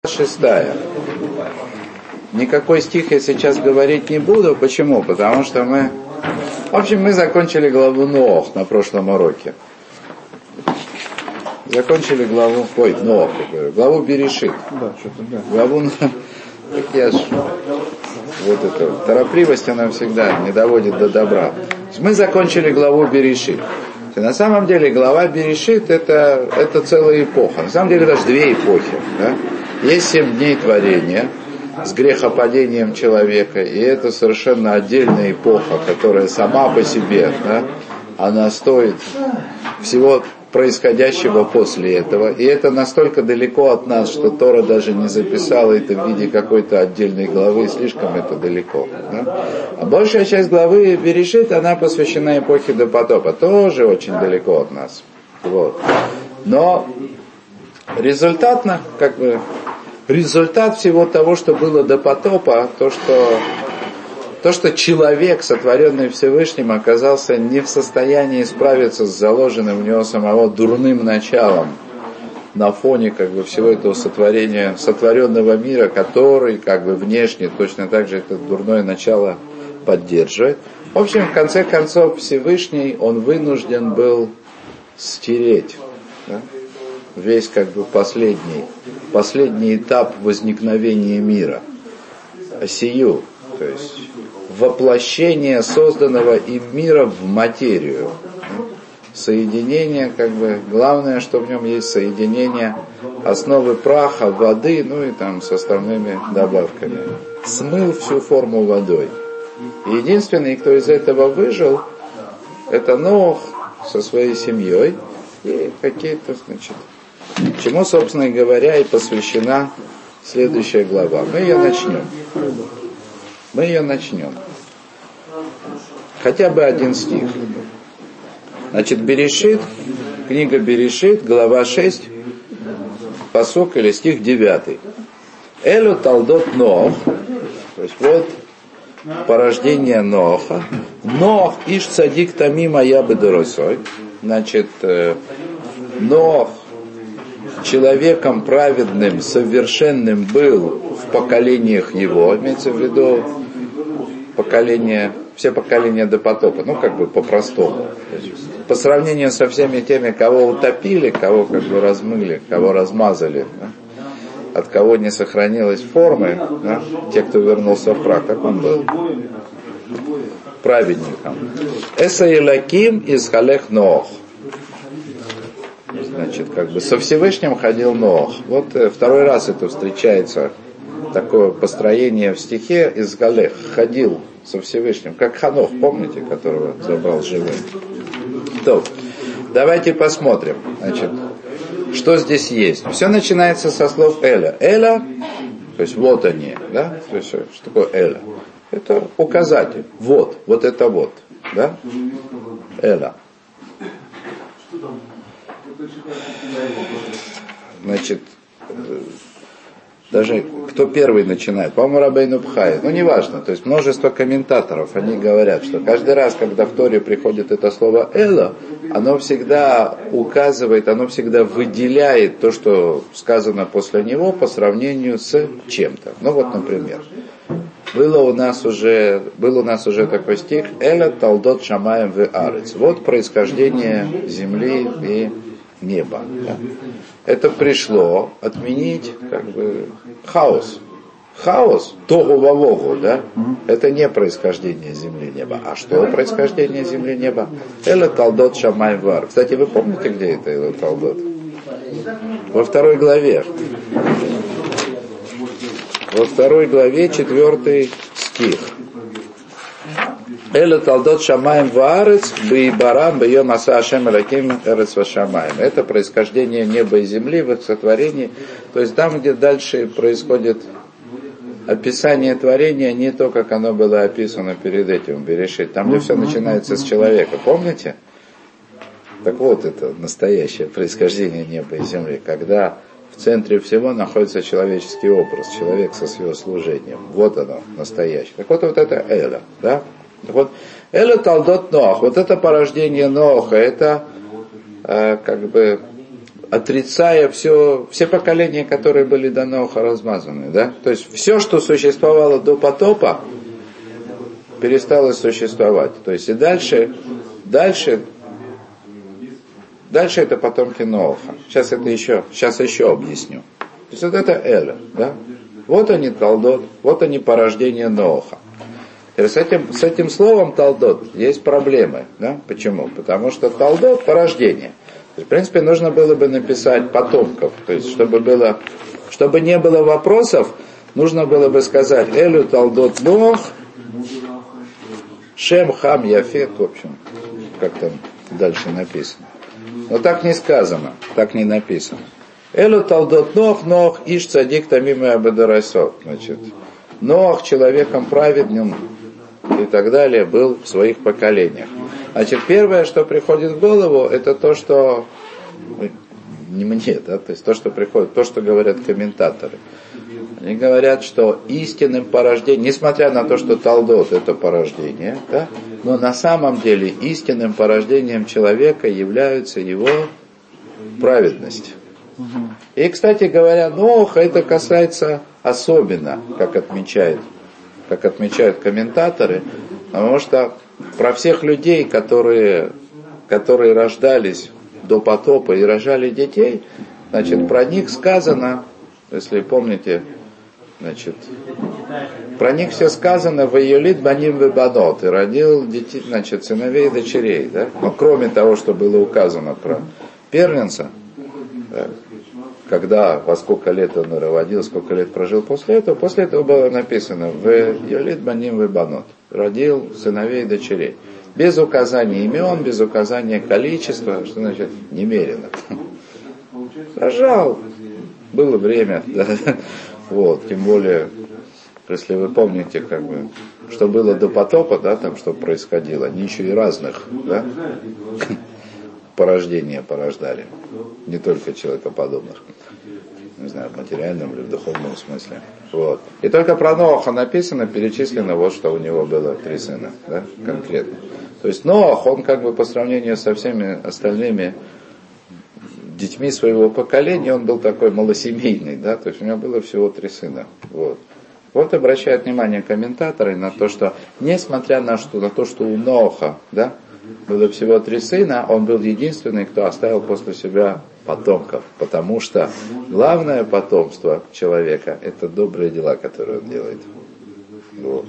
6. Никакой стих я сейчас говорить не буду. Почему? Потому что мы закончили главу Ноах на прошлом уроке. Закончили главу, главу Берешит. Да, что-то, да. Главу, так я ж, вот это, торопливость, она всегда не доводит до добра. Мы закончили главу Берешит. И на самом деле глава Берешит это целая эпоха. На самом деле даже две эпохи. Да? Есть 7 дней творения с грехопадением человека, и это совершенно отдельная эпоха, которая сама по себе, да, она стоит всего происходящего после этого, и это настолько далеко от нас, что Тора даже не записала это в виде какой-то отдельной главы, слишком это далеко. Да? А большая часть главы Берешит, она посвящена эпохе до потопа, тоже очень далеко от нас. Вот. Но результатно, результат всего того, что было до потопа, то, что человек, сотворенный Всевышним, оказался не в состоянии справиться с заложенным в него самого дурным началом на фоне всего этого сотворенного мира, который внешне точно так же это дурное начало поддерживает. В общем, в конце концов, Всевышний, он вынужден был стереть, да, весь последний этап возникновения мира, осию, то есть воплощение созданного им мира в материю. Соединение, главное, что в нем есть соединение основы праха, воды, и там с остальными добавками. Смыл всю форму водой. И единственный, кто из этого выжил, это Ноах со своей семьей и какие-то, чему, собственно говоря, и посвящена следующая глава. Мы ее начнем. Хотя бы один стих. Берешит, книга Берешит, глава 6, пасук или стих 9. Элю талдот Ноах, то есть вот порождение Ноаха. Ноах иш цадик тамима ябы доросой. Ноах человеком праведным, совершенным был в поколениях его, имеется в виду все поколения до потопа, по-простому. По сравнению со всеми теми, кого утопили, кого размыли, кого размазали, да, от кого не сохранилась формы, да, те, кто вернулся в прах, так он был праведником. Эса Елаким из Халех Ноах. Со Всевышним ходил Ноах. Вот второй раз это встречается, такое построение в стихе из Галех. Ходил со Всевышним, как Ханох, помните, которого забрал живым. То, давайте посмотрим, что здесь есть. Все начинается со слов Эля. Эля, то есть вот они, да? То есть, что такое Эля? Это указатель. Вот это вот, да? Эля. Даже кто первый начинает, по-моему, Рабейну Бхай, неважно, то есть множество комментаторов, они говорят, что каждый раз, когда в Торе приходит это слово «эла», оно всегда указывает, оно всегда выделяет то, что сказано после него по сравнению с чем-то. Например, был у нас уже такой стих «Эла талдот шамаем ве арец». Вот происхождение земли и неба. Да. Это пришло отменить хаос. Хаос, тогу вавогу, да? Это не происхождение земли и неба. А что происхождение земли и неба? Эла талдот шамай вар. Кстати, вы помните, где это Эла талдот? Во 2 главе. Во 2 главе 4 стих. Эля талдот шамаем ваарец, бейбарам, бейом аса ашем элаким эрец вашамаем. Это происхождение неба и земли в их сотворении. То есть там, где дальше происходит описание творения, не то, как оно было описано перед этим, Берешит. Там, где все начинается с человека. Помните? Так вот, это настоящее происхождение неба и земли, когда в центре всего находится человеческий образ, человек со своим служением. Вот оно, настоящее. Так вот это Эля, да? Так вот, Эля талдот Ноах, вот это порождение Ноаха, это отрицая все поколения, которые были до Ноаха, размазаны, да? То есть все, что существовало до потопа, перестало существовать. То есть и дальше это потомки Ноаха. Сейчас еще объясню. То есть вот это Эля, да? Вот они Талдот, вот они порождение Ноаха. И с этим словом Талдот есть проблемы, да? Почему? Потому что Талдот порождение. В принципе, нужно было бы написать потомков. То есть, чтобы не было вопросов, нужно было бы сказать Элю Талдот Ноах, Шем Хам Яфет, в общем, как там дальше написано. Но так не сказано, так не написано. Элю Талдот Ноах, Иш Цадик Тамим и Абадарасот. Значит, Ноах человеком праведным и так далее был в своих поколениях. Значит, первое, что приходит в голову, это то, что не мне, да, то есть то, что приходит, то, что говорят комментаторы. Они говорят, что истинным порождением, несмотря на то, что Талдот это порождение, да, но на самом деле истинным порождением человека является его праведность. И, кстати говоря, Ноах это касается особенно, как отмечают комментаторы, потому что про всех людей, которые рождались до потопа и рожали детей, значит, про них сказано, если помните, значит, про них все сказано «Вайолид баним вебанот» и родил детей, значит, сыновей и дочерей, да? Но кроме того, что было указано про первенца, да, когда, во сколько лет он родил, сколько лет прожил после этого было написано «Вайолид баним вебанот» родил сыновей и дочерей. Без указания имен, без указания количества, что значит немерено. Рожал. Было время, да. Вот, тем более, если вы помните, как бы, что было до потопа, да, там что происходило, они еще и разных, да, порождения порождали, не только человекоподобных, не знаю, в материальном или в духовном смысле. Вот. И только про Ноаха написано, перечислено, вот что у него было 3 сына, да, конкретно. То есть Ноах, он как бы по сравнению со всеми остальными детьми своего поколения, он был такой малосемейный, да, то есть у него было всего 3 сына. Вот обращают внимание комментаторы на то, что несмотря на то, что у Ноаха, да, было всего 3 сына, он был единственный, кто оставил после себя потомков, потому что главное потомство человека – это добрые дела, которые он делает. Вот.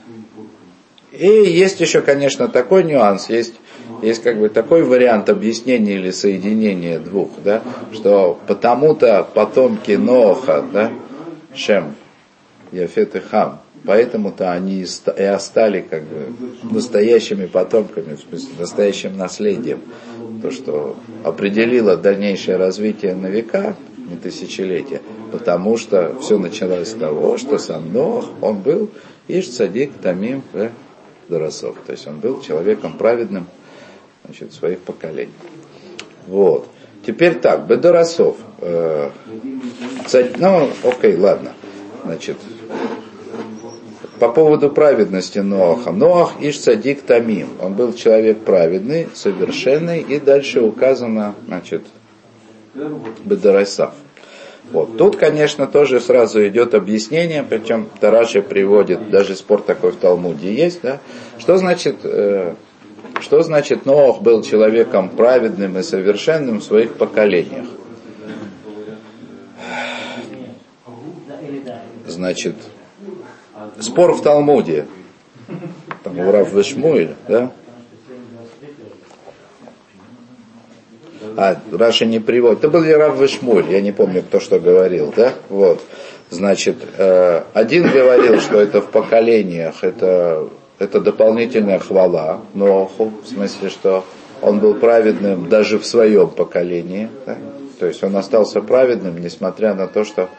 И есть еще, конечно, такой нюанс, есть как бы такой вариант объяснения или соединения двух, да, что потому-то потомки Ноаха, да, Шем, Яфет и Хам, поэтому-то они и остали как бы настоящими потомками, в смысле настоящим наследием, то, что определило дальнейшее развитие на века, не тысячелетия, потому что все началось с того, что сам Ноах, он был Иш Цадик Тамим Дарасов, то есть он был человеком праведным, значит, своих поколений. Вот. Теперь так, Бедарасов. Окей, ладно. Значит, по поводу праведности Ноаха. Ноах Иш Цадик Тамим. Он был человек праведный, совершенный, и дальше указано, значит, Бедарасов. Вот. Тут, конечно, тоже сразу идет объяснение, причем Тараши приводит, даже спор такой в Талмуде есть, да? Что значит Ноах был человеком праведным и совершенным в своих поколениях? Значит, спор в Талмуде, там у Рав Вешмуэль, да? Раши не приводит. Это был ли Рав Вешмуэль, я не помню, кто что говорил, да? Вот. Значит, один говорил, что это в поколениях, это дополнительная хвала Ноаху, в смысле, что он был праведным даже в своем поколении, да? То есть он остался праведным, несмотря на то, что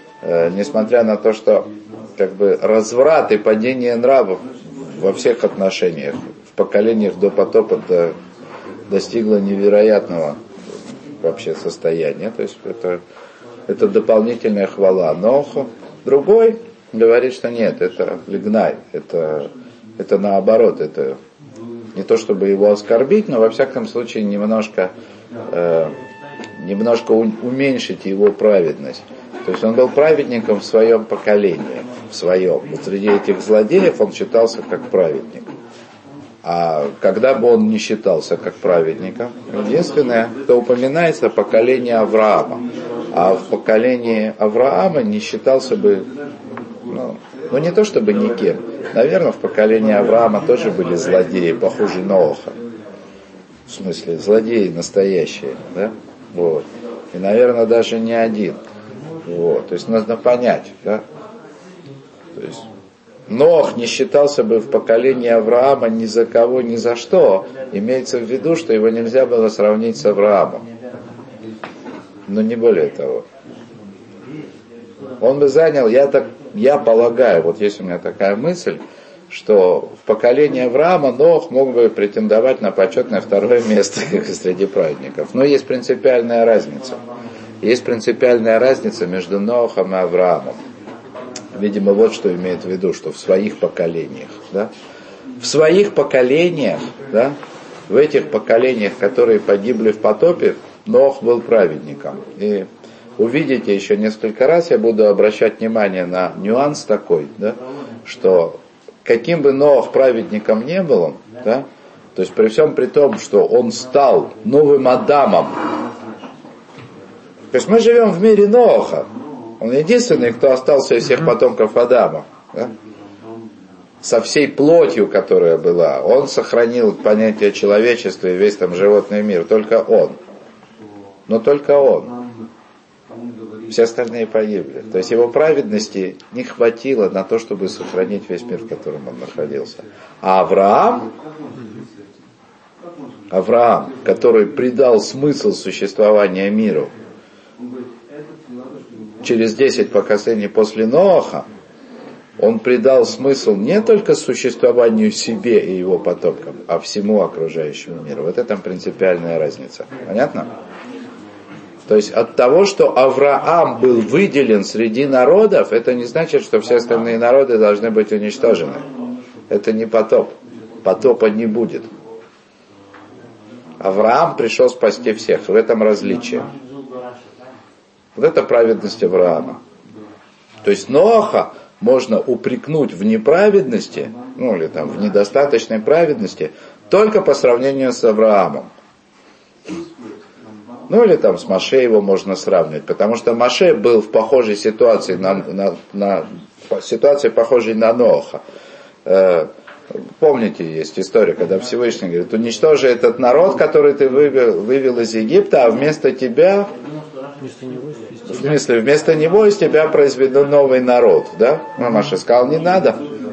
как бы разврат и падение нравов во всех отношениях в поколениях до потопа достигло невероятного вообще состояния. То есть это дополнительная хвала Ноаху. Другой говорит, что нет, это лигнай, это наоборот, это не то чтобы его оскорбить, но во всяком случае немножко немножко уменьшить его праведность. То есть он был праведником в своем поколении, в своем. Вот среди этих злодеев он считался как праведник. А когда бы он не считался как праведником, единственное, кто упоминается, поколение Авраама. А в поколении Авраама не считался бы, ну не то чтобы никем. Наверное, в поколении Авраама тоже были злодеи, похуже Ноаха. В смысле, злодеи настоящие, да? Вот. И, наверное, даже не один. Вот. То есть нужно понять, да? То есть Ноах не считался бы в поколении Авраама ни за кого, ни за что. Имеется в виду, что его нельзя было сравнить с Авраамом. Но не более того. Он бы занял, я полагаю, вот есть у меня такая мысль, что в поколении Авраама Ноах мог бы претендовать на почетное второе место среди праведников. Но есть принципиальная разница. Есть принципиальная разница между Ноахом и Авраамом. Видимо, вот что имеет в виду, что в своих поколениях, да? В своих поколениях, да, в этих поколениях, которые погибли в потопе, Ноах был праведником. И увидите еще несколько раз, я буду обращать внимание на нюанс такой, да, что каким бы Ноах праведником не был, да, то есть при всем при том, что он стал новым Адамом. То есть мы живем в мире Ноаха. Он единственный, кто остался из всех потомков Адама. Да? Со всей плотью, которая была. Он сохранил понятие человечества и весь там животный мир. Только он. Но только он. Все остальные погибли. То есть его праведности не хватило на то, чтобы сохранить весь мир, в котором он находился. А Авраам, который придал смысл существования миру, через 10 поколений после Ноаха, он придал смысл не только существованию себе и его потомкам, а всему окружающему миру. Вот это принципиальная разница. Понятно? То есть от того, что Авраам был выделен среди народов, это не значит, что все остальные народы должны быть уничтожены. Это не потоп. Потопа не будет. Авраам пришел спасти всех. В этом различие. Вот это праведность Авраама. То есть Ноаха можно упрекнуть в неправедности, ну или там в недостаточной праведности, только по сравнению с Авраамом. Ну или там с Моше его можно сравнивать, потому что Моше был в похожей ситуации, ситуации похожей на Ноаха. Помните, есть история, когда Всевышний говорит: уничтожи этот народ, который ты вывел из Египта, а вместо тебя... В смысле, вместо него из тебя произведу новый народ, да? Маша сказал, не надо.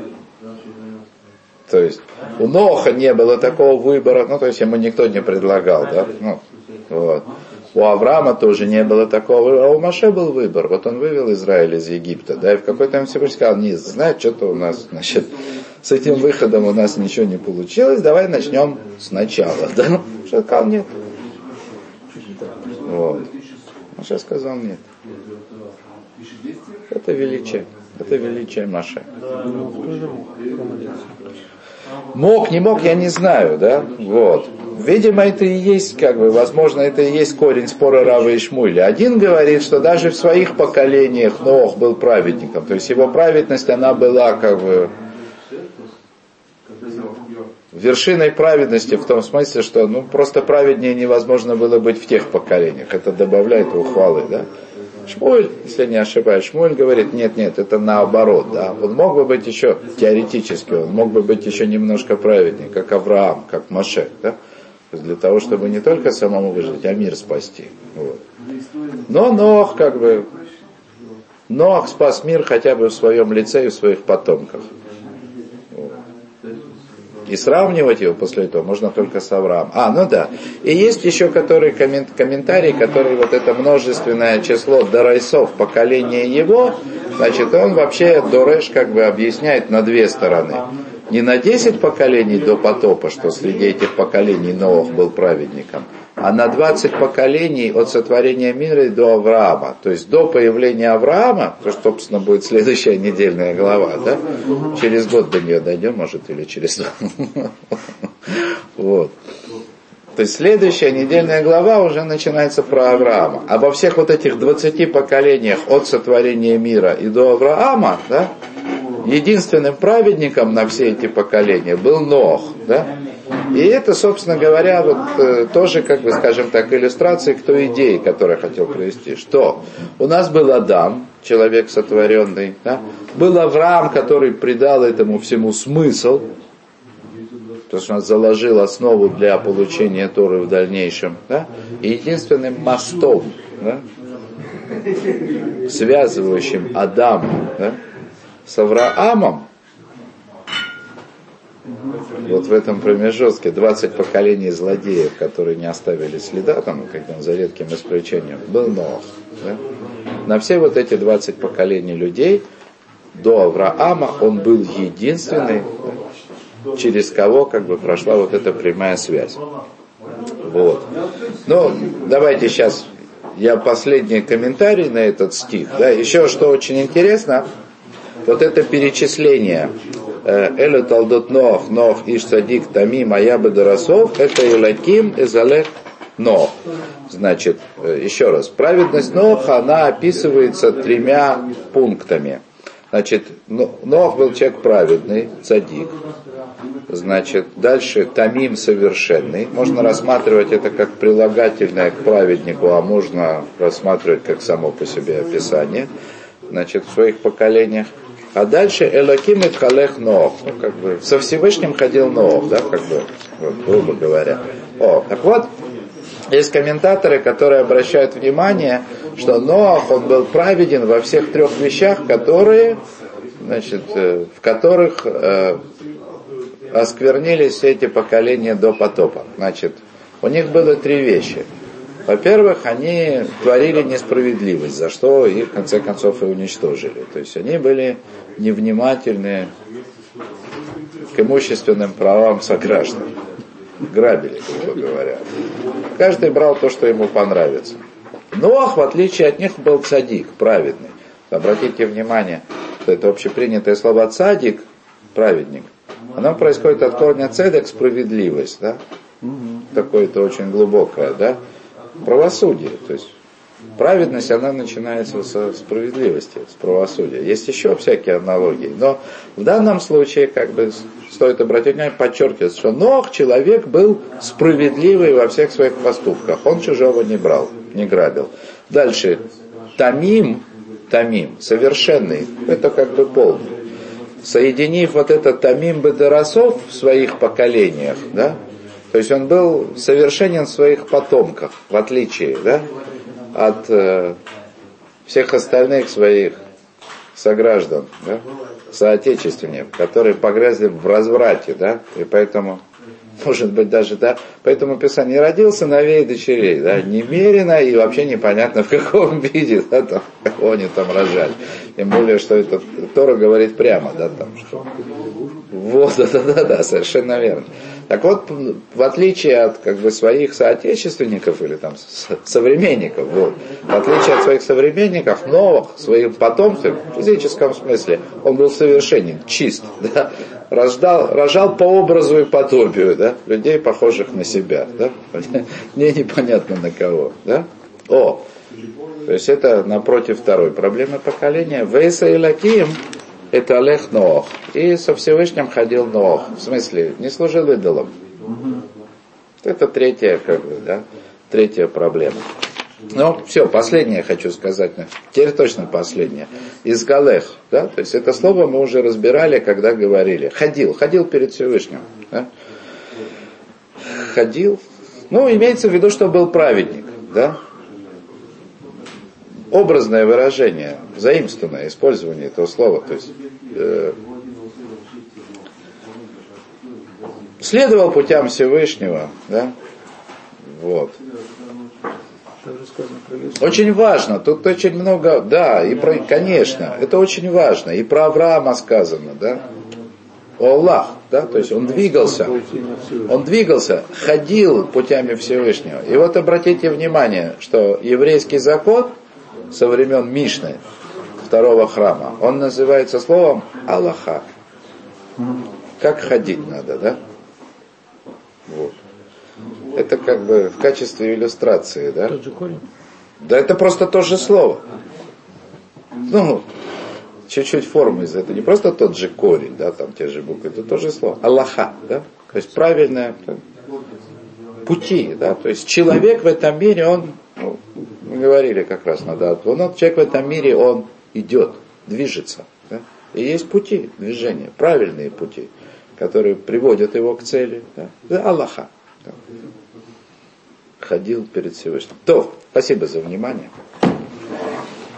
То есть, у Ноаха не было такого выбора, ну, то есть, ему никто не предлагал, да? Ну, вот. У Авраама тоже не было такого выбора, а у Моше был выбор. Вот он вывел Израиль из Египта, да, и в какой-то момент Всевышний сказал: не, знаешь, что-то у нас, значит, с этим выходом у нас ничего не получилось, давай начнем сначала, да? Моше сказал, нет. Вот. Моше сказал нет. Это величие Моше. Мог, не мог, я не знаю, да? Вот. Видимо, это и есть, возможно, это и есть корень спора Рава и Шмуэля. Один говорит, что даже в своих поколениях Ноах был праведником. То есть его праведность, она была вершиной праведности в том смысле, что просто праведнее невозможно было быть в тех поколениях. Это добавляет его хвалы, да? Шмуэль, если не ошибаюсь, Шмуэль говорит, нет, это наоборот, да. Он мог бы быть еще, теоретически, он мог бы быть еще немножко праведнее, как Авраам, как Моше, да. Для того, чтобы не только самому выжить, а мир спасти. Вот. Но Ноах спас мир хотя бы в своем лице и в своих потомках. И сравнивать его после этого можно только с Авраамом. Ну да. И есть еще комментарий, который вот это множественное число дорайсов поколения его, значит, он вообще дореш объясняет на две стороны. Не на 10 поколений до потопа, что среди этих поколений Ноах был праведником, а на 20 поколений от сотворения мира до Авраама. То есть до появления Авраама, то, что, собственно, будет следующая недельная глава, да? Через год до нее дойдем, может, или через 2. Вот. То есть следующая недельная глава уже начинается про Авраама. Обо всех вот этих 20 поколениях от сотворения мира и до Авраама, да, единственным праведником на все эти поколения был Ноах. Да? И это, собственно говоря, вот тоже, как бы, скажем так, иллюстрация к той идее, которую я хотел привести. Что у нас был Адам, человек сотворенный, да? Был Авраам, который придал этому всему смысл, потому что он заложил основу для получения Торы в дальнейшем. Да? И единственным мостом, да, связывающим Адама, да, с Авраамом, вот в этом промежутке 20 поколений злодеев, которые не оставили следа, там, как за редким исключением, был Ноах. Да? На все вот эти 20 поколений людей до Авраама он был единственный, да, через кого как бы прошла вот эта прямая связь. Вот. Ну, давайте сейчас я последний комментарий на этот стих. Да? Еще что очень интересно, вот это перечисление Элю Талдот Ноах, Ноах Иш Цадик Тамим Аяба Дарасов, это Элаким Эзалех Ноах. Значит, еще раз, праведность Ноаха, она описывается 3 пунктами. Значит, Ноах был человек праведный, цадик. Значит, дальше Тамим совершенный. Можно рассматривать это как прилагательное к праведнику, а можно рассматривать как само по себе описание. Значит, в своих поколениях. А дальше Элоким и Халех Ноах. Ну, как бы, со Всевышним ходил Ноах, да, как бы, вот, грубо говоря. Так вот, есть комментаторы, которые обращают внимание, что Ноах, он был праведен во всех 3 вещах, которые, значит, в которых осквернились все эти поколения до потопа. Значит, у них было 3 вещи. Во-первых, они творили несправедливость, за что их, в конце концов, и уничтожили. То есть они были невнимательны к имущественным правам сограждан. Грабили, грубо говоря. Каждый брал то, что ему понравится. Ноах, в отличие от них, был цадик, праведный. Обратите внимание, что это общепринятое слово цадик, праведник, оно происходит от корня цедек, справедливость, да? Такое-то очень глубокое, да? Правосудие, то есть праведность, она начинается со справедливости, с правосудия. Есть еще всякие аналогии, но в данном случае, как бы, стоит обратить внимание, подчеркивается, что Ноах, человек, был справедливый во всех своих поступках. Он чужого не брал, не грабил. Дальше, Тамим, совершенный, это как бы полный. Соединив вот этот Тамим Бедарасов в своих поколениях, да, то есть он был совершенен в своих потомках, в отличие, да, от всех остальных своих сограждан, да, соотечественников, которые погрязли в разврате, да, и поэтому, может быть, даже, да, поэтому Писание родил сыновей и дочерей, да, немерено и вообще непонятно в каком виде, да, там, кого они там рожали. Тем более, что это Тора говорит прямо, да, там, что... Вот, да, совершенно верно. Так вот, в отличие от, как бы, своих соотечественников или там современников, вот, в отличие от своих современников, новых, своих потомцев, в физическом смысле, он был совершенен, чист, да, рожал по образу и подобию, да, людей, похожих на себя, да, мне непонятно на кого, да. То есть это напротив второй проблемы поколения. Вейса и Лаким — это Алех Ноах. И со Всевышним ходил Ноах. В смысле, не служил идолам. Это третья, как бы, да, третья проблема. Ну, все, последнее хочу сказать. Теперь точно последнее. Изгалех, да, то есть это слово мы уже разбирали, когда говорили. Ходил перед Всевышним. Да? Ходил. Ну, имеется в виду, что был праведник, да. Образное выражение, заимствованное использование этого слова, то есть следовал путям Всевышнего, да, вот. Очень важно, тут очень много, да, и про, конечно, это очень важно, и про Авраама сказано, да, Аллах, да, то есть он двигался, ходил путями Всевышнего. И вот обратите внимание, что еврейский закон со времен Мишны, второго храма, он называется словом Аллаха. Как ходить надо, да? Вот. Это как бы в качестве иллюстрации, да? Тот же корень? Да это просто то же слово. Ну, чуть-чуть формы из этого. Не просто тот же корень, да, там те же буквы, это то же слово. Аллаха, да? То есть правильное пути, да? То есть человек в этом мире, он, ну, мы говорили как раз на дату, человек в этом мире, он идет, движется. Да? И есть пути движения, правильные пути, которые приводят его к цели. Да? Это Аллаха. Да? Ходил перед Всевышним. То, спасибо за внимание.